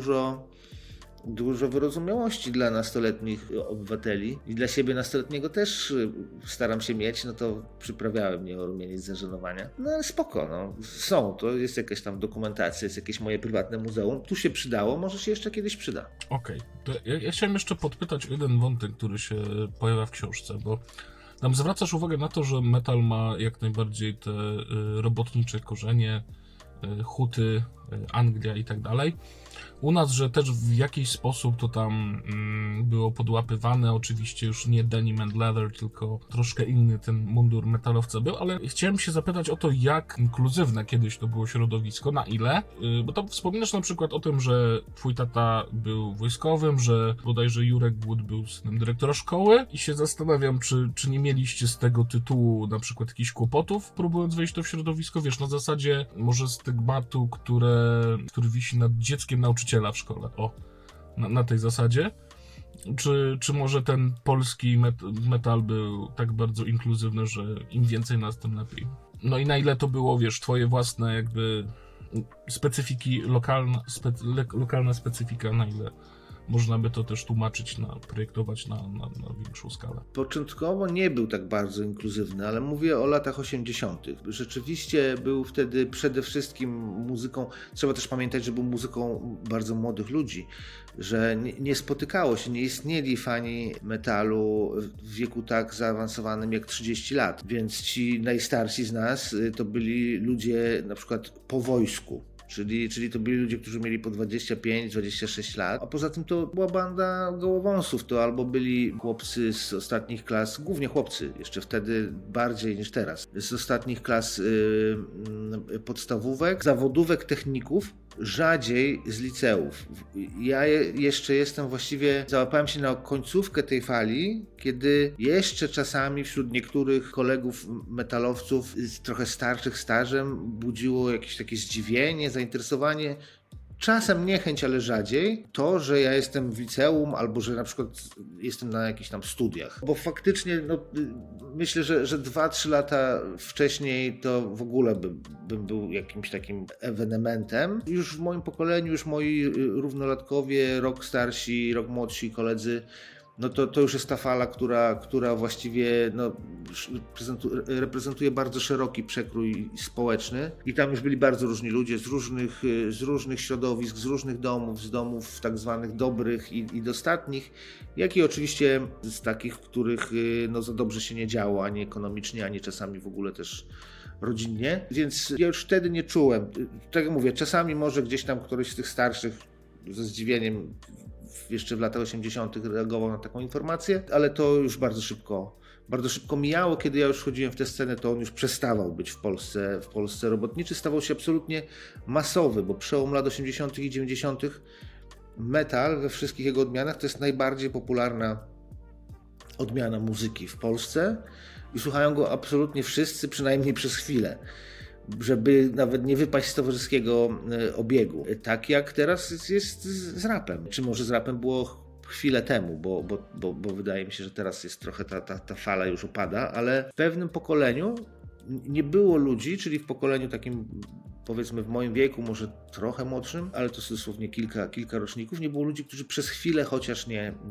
D: dużo wyrozumiałości dla nastoletnich obywateli i dla siebie nastoletniego też staram się mieć, no to przyprawiałem mnie o rumieniec zażenowania. No ale spoko, no. To jest jakaś tam dokumentacja, jest jakieś moje prywatne muzeum. Tu się przydało, może się jeszcze kiedyś przyda.
C: Okej. To ja chciałem jeszcze podpytać o jeden wątek, który się pojawia w książce, bo tam zwracasz uwagę na to, że metal ma jak najbardziej te robotnicze korzenie, huty, Anglia i tak dalej. U nas, że też w jakiś sposób to tam było podłapywane, oczywiście już nie denim and leather, tylko troszkę inny ten mundur metalowca był, ale chciałem się zapytać o to, jak inkluzywne kiedyś to było środowisko, na ile, bo tam wspominasz na przykład o tym, że twój tata był wojskowym, że bodajże Jurek Głód był synem dyrektora szkoły i się zastanawiam, czy nie mieliście z tego tytułu na przykład jakichś kłopotów, próbując wejść w to środowisko, wiesz, na zasadzie może stygmatu, który wisi nad dzieckiem nauczyciela w szkole. Na tej zasadzie. Czy może ten polski metal był tak bardzo inkluzywny, że im więcej nas, tym lepiej? No i na ile to było, wiesz, twoje własne jakby specyfiki, lokalna specyfika, na ile można by to też tłumaczyć, projektować na większą skalę.
D: Początkowo nie był tak bardzo inkluzywny, ale mówię o latach 80. Rzeczywiście był wtedy przede wszystkim muzyką, trzeba też pamiętać, że był muzyką bardzo młodych ludzi, że nie spotykało się, nie istnieli fani metalu w wieku tak zaawansowanym jak 30 lat, więc ci najstarsi z nas to byli ludzie na przykład po wojsku. Czyli to byli ludzie, którzy mieli po 25-26 lat, a poza tym to była banda gołowąsów, to albo byli chłopcy z ostatnich klas, głównie chłopcy, jeszcze wtedy bardziej niż teraz, z ostatnich klas podstawówek, zawodówek, techników, rzadziej z liceów. Ja jeszcze jestem właściwie, załapałem się na końcówkę tej fali, kiedy jeszcze czasami wśród niektórych kolegów metalowców, trochę starszych stażem, budziło jakieś takie zdziwienie, zainteresowanie, czasem niechęć, ale rzadziej, to, że ja jestem w liceum albo że na przykład jestem na jakichś tam studiach. Bo faktycznie myślę, że 2-3 lata wcześniej to w ogóle bym był jakimś takim ewenementem. Już w moim pokoleniu, już moi równolatkowie, rok starsi, rok młodsi koledzy, no to już jest ta fala, która właściwie reprezentuje bardzo szeroki przekrój społeczny i tam już byli bardzo różni ludzie z różnych środowisk, z różnych domów, z domów tak zwanych dobrych i dostatnich, jak i oczywiście z takich, w których za dobrze się nie działo, ani ekonomicznie, ani czasami w ogóle też rodzinnie, więc ja już wtedy nie czułem, tak jak mówię, czasami może gdzieś tam któryś z tych starszych ze zdziwieniem jeszcze w latach 80. reagował na taką informację, ale to już bardzo szybko mijało. Kiedy ja już wchodziłem w tę scenę, to on już przestawał być w Polsce robotniczy, stawał się absolutnie masowy, bo przełom lat 80. i 90. metal we wszystkich jego odmianach to jest najbardziej popularna odmiana muzyki w Polsce i słuchają go absolutnie wszyscy, przynajmniej przez chwilę, żeby nawet nie wypaść z towarzyskiego obiegu. Tak jak teraz jest z rapem. Czy może z rapem było chwilę temu, bo wydaje mi się, że teraz jest trochę ta fala już opada, ale w pewnym pokoleniu nie było ludzi, czyli w pokoleniu takim powiedzmy w moim wieku, może trochę młodszym, ale to dosłownie kilka roczników, nie było ludzi, którzy przez chwilę chociaż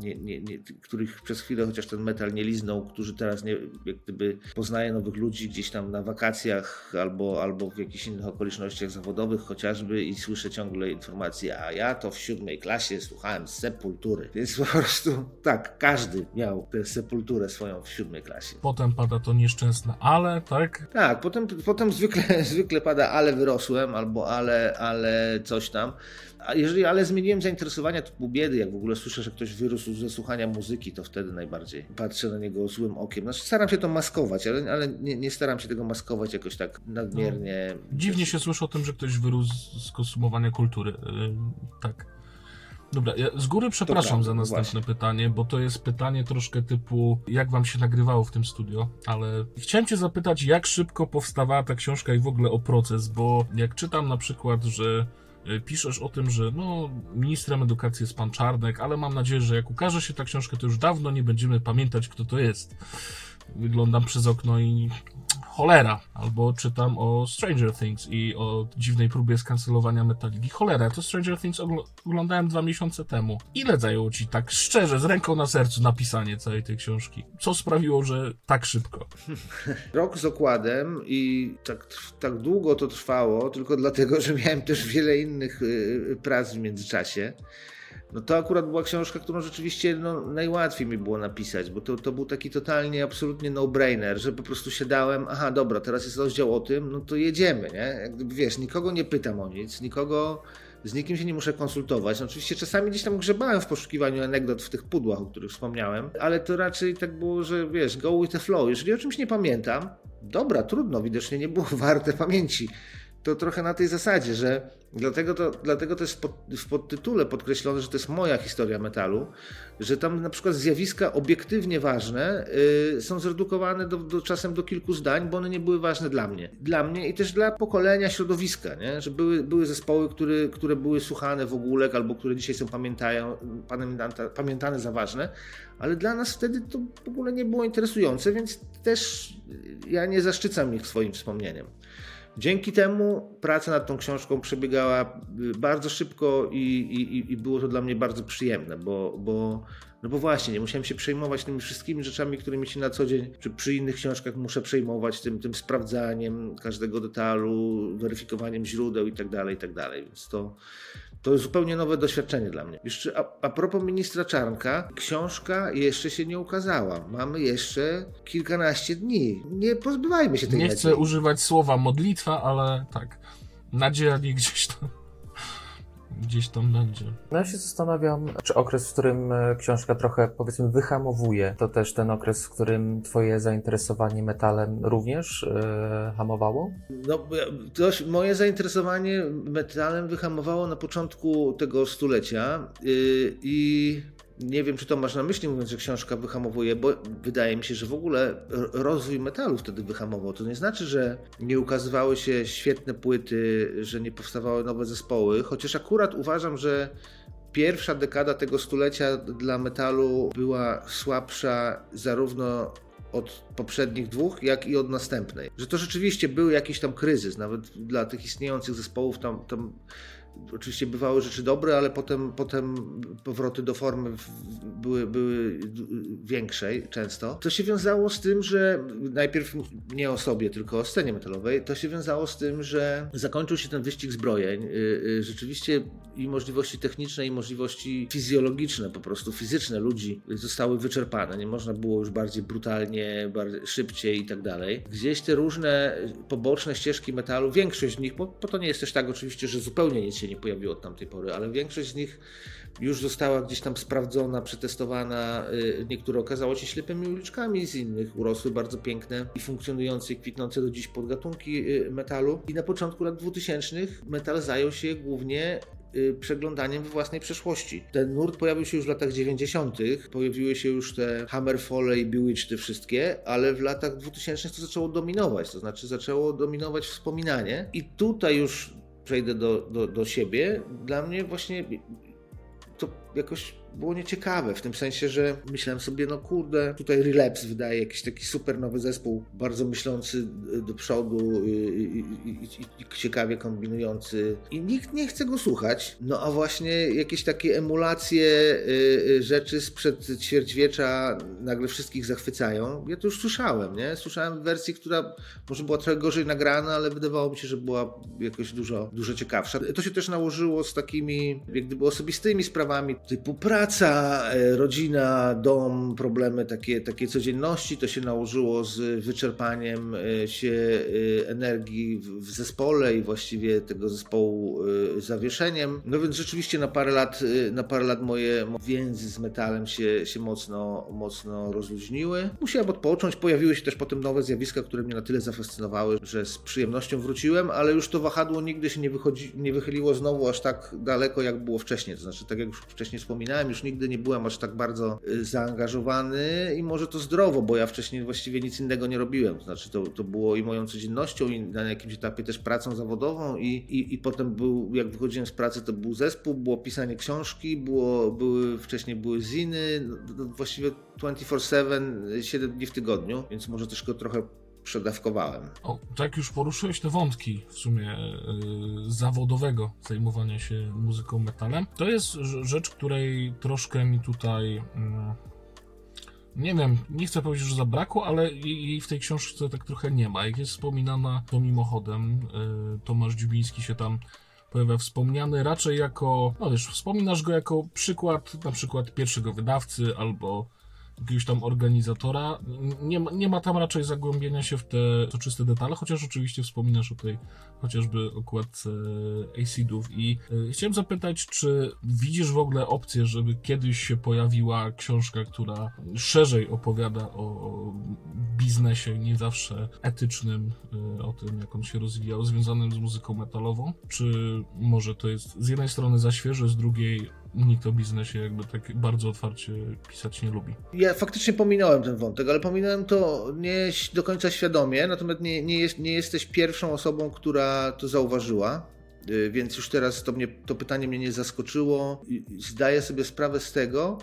D: których przez chwilę chociaż ten metal nie liznął, którzy teraz jak gdyby poznają nowych ludzi gdzieś tam na wakacjach albo w jakichś innych okolicznościach zawodowych chociażby i słyszę ciągle informacje, a ja to w 7. klasie słuchałem Sepultury, więc po prostu tak, każdy miał tę Sepulturę swoją w 7. klasie.
C: Potem pada to nieszczęsne ale, tak?
D: Tak, potem zwykle pada ale wyrosłem albo ale coś tam. A jeżeli ale zmieniłem zainteresowania, to pół biedy, jak w ogóle słyszę, że ktoś wyrósł ze słuchania muzyki, to wtedy najbardziej patrzę na niego złym okiem. Znaczy, staram się to maskować, ale nie staram się tego maskować jakoś tak nadmiernie.
C: Dziwnie się słyszy o tym, że ktoś wyrósł z konsumowania kultury. Tak. Dobra, ja z góry przepraszam za następne pytanie, bo to jest pytanie troszkę typu, jak wam się nagrywało w tym studio, ale chciałem cię zapytać, jak szybko powstawała ta książka i w ogóle o proces, bo jak czytam na przykład, że piszesz o tym, że ministrem edukacji jest pan Czarnek, ale mam nadzieję, że jak ukaże się ta książka, to już dawno nie będziemy pamiętać, kto to jest. Wyglądam przez okno i cholera. Albo czytam o Stranger Things i o dziwnej próbie skancelowania Metaliki. Cholera, to Stranger Things oglądałem 2 miesiące temu. Ile zajęło ci tak szczerze, z ręką na sercu napisanie całej tej książki? Co sprawiło, że tak szybko?
D: Rok z okładem i tak długo to trwało, tylko dlatego, że miałem też wiele innych prac w międzyczasie. no to akurat była książka, którą rzeczywiście najłatwiej mi było napisać, bo to był taki totalnie, absolutnie no-brainer, że po prostu siadałem, aha, dobra, teraz jest rozdział o tym, no to jedziemy, nie? Jak gdyby, wiesz, nikogo nie pytam o nic, z nikim się nie muszę konsultować. No, oczywiście czasami gdzieś tam grzebałem w poszukiwaniu anegdot w tych pudłach, o których wspomniałem, ale to raczej tak było, że wiesz, go with the flow. Jeżeli o czymś nie pamiętam, dobra, trudno, widocznie nie było warte pamięci. To trochę na tej zasadzie, że dlatego to jest w podtytule podkreślone, że to jest moja historia metalu, że tam na przykład zjawiska obiektywnie ważne są zredukowane czasem do kilku zdań, bo one nie były ważne dla mnie i też dla pokolenia, środowiska, nie? Że były zespoły, które były słuchane w ogóle, albo które dzisiaj są pamiętane za ważne, ale dla nas wtedy to w ogóle nie było interesujące, więc też ja nie zaszczycam ich swoim wspomnieniem. Dzięki temu praca nad tą książką przebiegała bardzo szybko i było to dla mnie bardzo przyjemne, bo właśnie nie musiałem się przejmować tymi wszystkimi rzeczami, którymi się na co dzień przy innych książkach muszę przejmować, tym sprawdzaniem każdego detalu, weryfikowaniem źródeł itd. Więc to jest zupełnie nowe doświadczenie dla mnie. Jeszcze a propos ministra Czarnka, książka jeszcze się nie ukazała. Mamy jeszcze kilkanaście dni. Nie pozbywajmy się tej nadziei.
C: Nie chcę używać słowa modlitwa, ale tak. Nadzieja nie gdzieś tam będzie.
E: No ja się zastanawiam, czy okres, w którym książka trochę, powiedzmy, wyhamowuje, to też ten okres, w którym twoje zainteresowanie metalem również hamowało?
D: No, moje zainteresowanie metalem wyhamowało na początku tego stulecia i nie wiem, czy to masz na myśli, mówiąc, że książka wyhamowuje, bo wydaje mi się, że w ogóle rozwój metalu wtedy wyhamował. To nie znaczy, że nie ukazywały się świetne płyty, że nie powstawały nowe zespoły, chociaż akurat uważam, że pierwsza dekada tego stulecia dla metalu była słabsza zarówno od poprzednich dwóch, jak i od następnej. Że to rzeczywiście był jakiś tam kryzys, nawet dla tych istniejących zespołów tam oczywiście bywały rzeczy dobre, ale potem powroty do formy były większej często. To się wiązało z tym, że najpierw nie o sobie, tylko o scenie metalowej, to się wiązało z tym, że zakończył się ten wyścig zbrojeń. Rzeczywiście i możliwości techniczne, i możliwości fizjologiczne, po prostu fizyczne ludzi zostały wyczerpane. Nie można było już bardziej brutalnie, szybciej i tak dalej. Gdzieś te różne poboczne ścieżki metalu, większość z nich, bo to nie jest też tak oczywiście, że zupełnie nic się nie pojawiło od tamtej pory, ale większość z nich już została gdzieś tam sprawdzona, przetestowana. Niektóre okazało się ślepymi uliczkami, z innych urosły bardzo piękne i funkcjonujące i kwitnące do dziś podgatunki metalu. I na początku lat 2000 metal zajął się głównie przeglądaniem we własnej przeszłości. Ten nurt pojawił się już w latach 90. Pojawiły się już te Hammerfall i Bewitched, te wszystkie, ale w latach 2000 to zaczęło dominować, to znaczy zaczęło dominować wspominanie i tutaj już przejdę do siebie. Dla mnie właśnie to jakoś było nieciekawe, w tym sensie, że myślałem sobie, no kurde, tutaj Relapse wydaje jakiś taki super nowy zespół, bardzo myślący do przodu i ciekawie kombinujący i nikt nie chce go słuchać. No a właśnie jakieś takie emulacje rzeczy sprzed ćwierćwiecza nagle wszystkich zachwycają. Ja to już słyszałem, nie? Słyszałem wersji, która może była trochę gorzej nagrana, ale wydawało mi się, że była jakoś dużo ciekawsza. To się też nałożyło z takimi, jak gdyby osobistymi sprawami, typu praca, rodzina, dom, problemy takiej codzienności. To się nałożyło z wyczerpaniem się energii w zespole i właściwie tego zespołu zawieszeniem. No więc rzeczywiście na parę lat moje więzy z metalem się mocno rozluźniły. Musiałem odpocząć. Pojawiły się też potem nowe zjawiska, które mnie na tyle zafascynowały, że z przyjemnością wróciłem, ale już to wahadło nigdy się nie wychyliło znowu aż tak daleko, jak było wcześniej. To znaczy, tak jak już wcześniej wspominałem, już nigdy nie byłem aż tak bardzo zaangażowany i może to zdrowo, bo ja wcześniej właściwie nic innego nie robiłem. To znaczy to było i moją codziennością i na jakimś etapie też pracą zawodową i potem jak wychodziłem z pracy, to był zespół, było pisanie książki, wcześniej były ziny, właściwie 24/7, 7 dni w tygodniu, więc może też go trochę przedawkowałem.
C: O, tak już poruszyłeś te wątki w sumie zawodowego zajmowania się muzyką metalem. To jest rzecz, której troszkę mi tutaj nie wiem, nie chcę powiedzieć, że zabrakło, ale jej w tej książce tak trochę nie ma. Jak jest wspominana, to mimochodem Tomasz Dziubiński się tam pojawia wspomniany raczej jako, no wiesz, wspominasz go jako przykład, na przykład pierwszego wydawcy albo jakiegoś tam organizatora. Nie ma tam raczej zagłębienia się w te soczyste detale, chociaż oczywiście wspominasz o tej chociażby okładce Acidów. I chciałem zapytać, czy widzisz w ogóle opcję, żeby kiedyś się pojawiła książka, która szerzej opowiada o biznesie, nie zawsze etycznym, o tym, jak on się rozwijał, związanym z muzyką metalową? Czy może to jest z jednej strony za świeże, z drugiej nikt o biznesie jakby tak bardzo otwarcie pisać nie lubi?
D: Ja faktycznie pominąłem ten wątek, ale pominąłem to nie do końca świadomie, natomiast nie jesteś pierwszą osobą, która to zauważyła, więc już teraz to pytanie mnie nie zaskoczyło. Zdaję sobie sprawę z tego,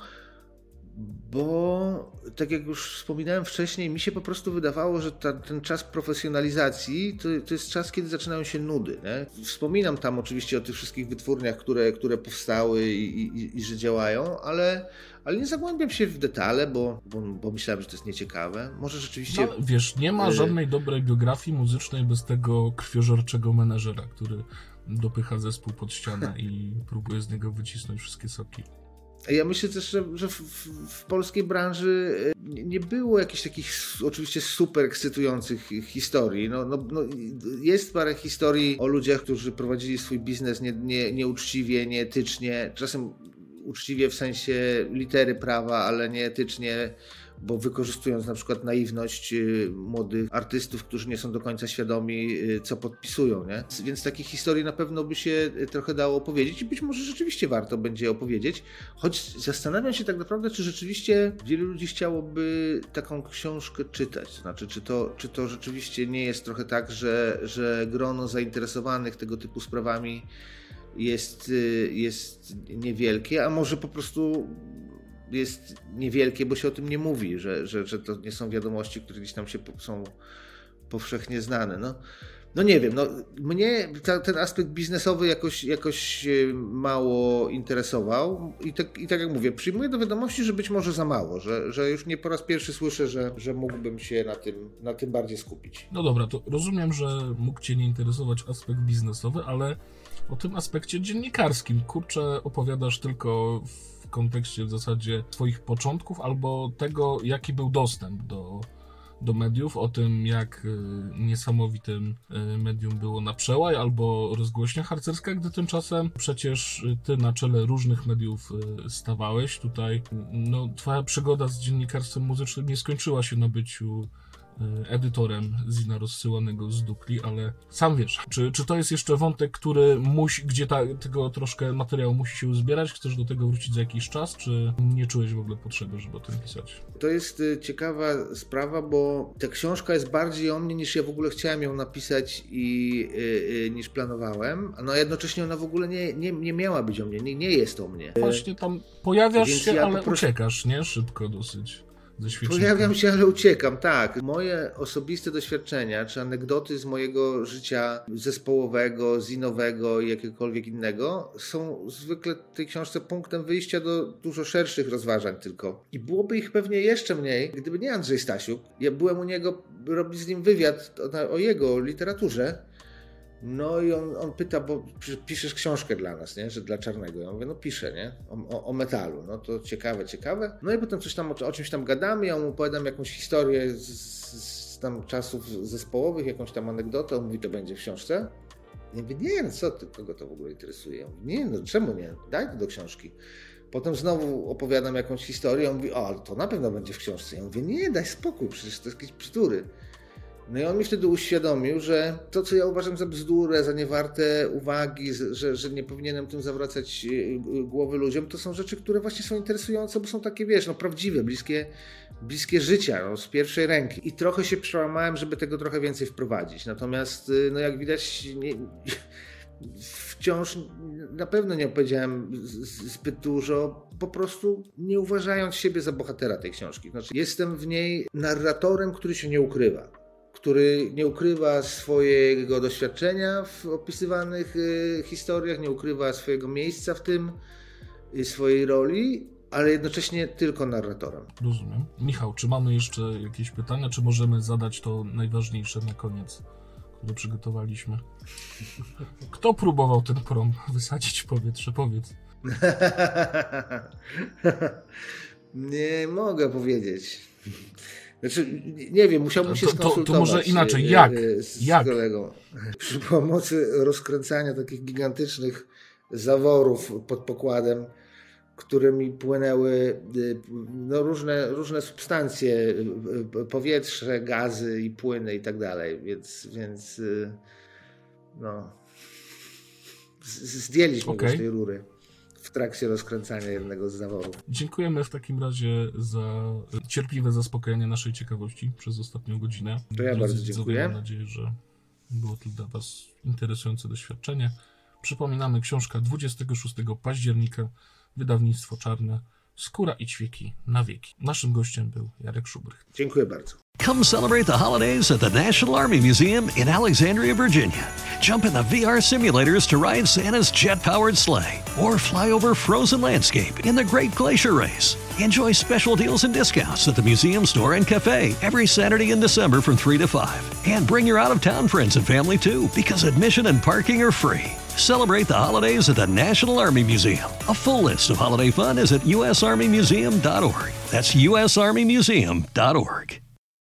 D: bo tak jak już wspominałem wcześniej, mi się po prostu wydawało, że ten czas profesjonalizacji to jest czas, kiedy zaczynają się nudy. Nie? Wspominam tam oczywiście o tych wszystkich wytwórniach, które powstały i że działają, ale nie zagłębiam się w detale, bo myślałem, że to jest nieciekawe. Może rzeczywiście...
C: No, wiesz, nie ma żadnej dobrej biografii muzycznej bez tego krwiożerczego menedżera, który dopycha zespół pod ścianę i próbuje z niego wycisnąć wszystkie soki.
D: Ja myślę też, że w polskiej branży nie było jakichś takich oczywiście super ekscytujących historii. Jest parę historii o ludziach, którzy prowadzili swój biznes nieuczciwie, nieetycznie, czasem uczciwie w sensie litery prawa, ale nieetycznie, bo wykorzystując na przykład naiwność młodych artystów, którzy nie są do końca świadomi, co podpisują, nie? Więc takich historii na pewno by się trochę dało opowiedzieć i być może rzeczywiście warto będzie opowiedzieć, choć zastanawiam się tak naprawdę, czy rzeczywiście wielu ludzi chciałoby taką książkę czytać. To znaczy, czy to rzeczywiście nie jest trochę tak, że grono zainteresowanych tego typu sprawami jest niewielkie, a może po prostu jest niewielkie, bo się o tym nie mówi, że to nie są wiadomości, które gdzieś tam są powszechnie znane. No nie wiem, mnie ten aspekt biznesowy jakoś mało interesował i tak jak mówię, przyjmuję do wiadomości, że być może za mało, że już nie po raz pierwszy słyszę, że mógłbym się na tym bardziej skupić.
C: No dobra, to rozumiem, że mógł Cię nie interesować aspekt biznesowy, ale o tym aspekcie dziennikarskim, kurczę, opowiadasz tylko w kontekście w zasadzie swoich początków albo tego, jaki był dostęp do mediów, o tym, jak niesamowitym medium było na przełaj albo rozgłośnia harcerska, gdy tymczasem przecież Ty na czele różnych mediów stawałeś. Tutaj Twoja przygoda z dziennikarstwem muzycznym nie skończyła się na byciu edytorem zina rozsyłanego z Dukli, ale sam wiesz, czy to jest jeszcze wątek, gdzie tego troszkę materiału musi się uzbierać? Chcesz do tego wrócić za jakiś czas, czy nie czułeś w ogóle potrzeby, żeby o tym pisać?
D: To jest ciekawa sprawa, bo ta książka jest bardziej o mnie, niż ja w ogóle chciałem ją napisać i niż planowałem, a jednocześnie ona w ogóle nie miała być o mnie, nie jest o mnie.
C: Właśnie tam pojawiasz się, ale uciekasz, nie? Szybko dosyć.
D: Pojawiam się, ale uciekam, tak. Moje osobiste doświadczenia, czy anegdoty z mojego życia zespołowego, zinowego i jakiegokolwiek innego są zwykle w tej książce punktem wyjścia do dużo szerszych rozważań tylko. I byłoby ich pewnie jeszcze mniej, gdyby nie Andrzej Stasiuk. Ja byłem u niego robić z nim wywiad o jego literaturze. No i on pyta, bo piszesz książkę dla nas, nie? Że dla Czarnego. Ja mówię, piszę, nie? O metalu. No to ciekawe. No i potem coś tam o czymś tam gadamy, ja mu opowiadam jakąś historię z tam czasów zespołowych, jakąś tam anegdotę, on mówi, to będzie w książce. Ja mówię, nie, co ty, kogo to w ogóle interesuje? Ja mówię, nie, czemu nie? Daj to do książki. Potem znowu opowiadam jakąś historię, on mówi, to na pewno będzie w książce. Ja mówię, nie, daj spokój, przecież to jest jakieś bzdury. No i on mi wtedy uświadomił, że to, co ja uważam za bzdurę, za niewarte uwagi, że nie powinienem tym zawracać głowy ludziom, to są rzeczy, które właśnie są interesujące, bo są takie, prawdziwe, bliskie życia, z pierwszej ręki. I trochę się przełamałem, żeby tego trochę więcej wprowadzić. Natomiast, jak widać, wciąż na pewno nie opowiedziałem zbyt dużo, po prostu nie uważając siebie za bohatera tej książki. Znaczy, jestem w niej narratorem, który się nie ukrywa. Który nie ukrywa swojego doświadczenia w opisywanych historiach, nie ukrywa swojego miejsca w tym, swojej roli, ale jednocześnie tylko narratorem.
C: Rozumiem. Michał, czy mamy jeszcze jakieś pytania, czy możemy zadać to najważniejsze na koniec który przygotowaliśmy. Kto próbował ten prom wysadzić w powietrze? Powiedz.
D: Nie mogę powiedzić. Znaczy, nie wiem, musiałbym się skonsultować.
C: To może inaczej. Jak?
D: Z kolegą. Przy pomocy rozkręcania takich gigantycznych zaworów pod pokładem, którymi płynęły no, różne substancje, powietrze, gazy i płyny i tak dalej, więc no, zdjęliśmy go z tej rury w trakcie rozkręcania jednego z zaworów.
C: Dziękujemy w takim razie za cierpliwe zaspokojenie naszej ciekawości przez ostatnią godzinę.
D: To ja bardzo dziękuję.
C: Mam nadzieję, że było to dla Was interesujące doświadczenie. Przypominamy, książka 26 października, wydawnictwo Czarne, Skóra i ćwieki na wieki. Naszym gościem był Jarek Szubrycht.
D: Dziękuję bardzo.
F: Come celebrate the holidays at the National Army Museum in Alexandria, Virginia. Jump in the VR simulators to ride Santa's jet-powered sleigh or fly over frozen landscape in the Great Glacier Race. Enjoy special deals and discounts at the museum store and cafe every Saturday in December from 3 to 5. And bring your out-of-town friends and family too, because admission and parking are free. Celebrate the holidays at the National Army Museum. A full list of holiday fun is at usarmymuseum.org. That's usarmymuseum.org.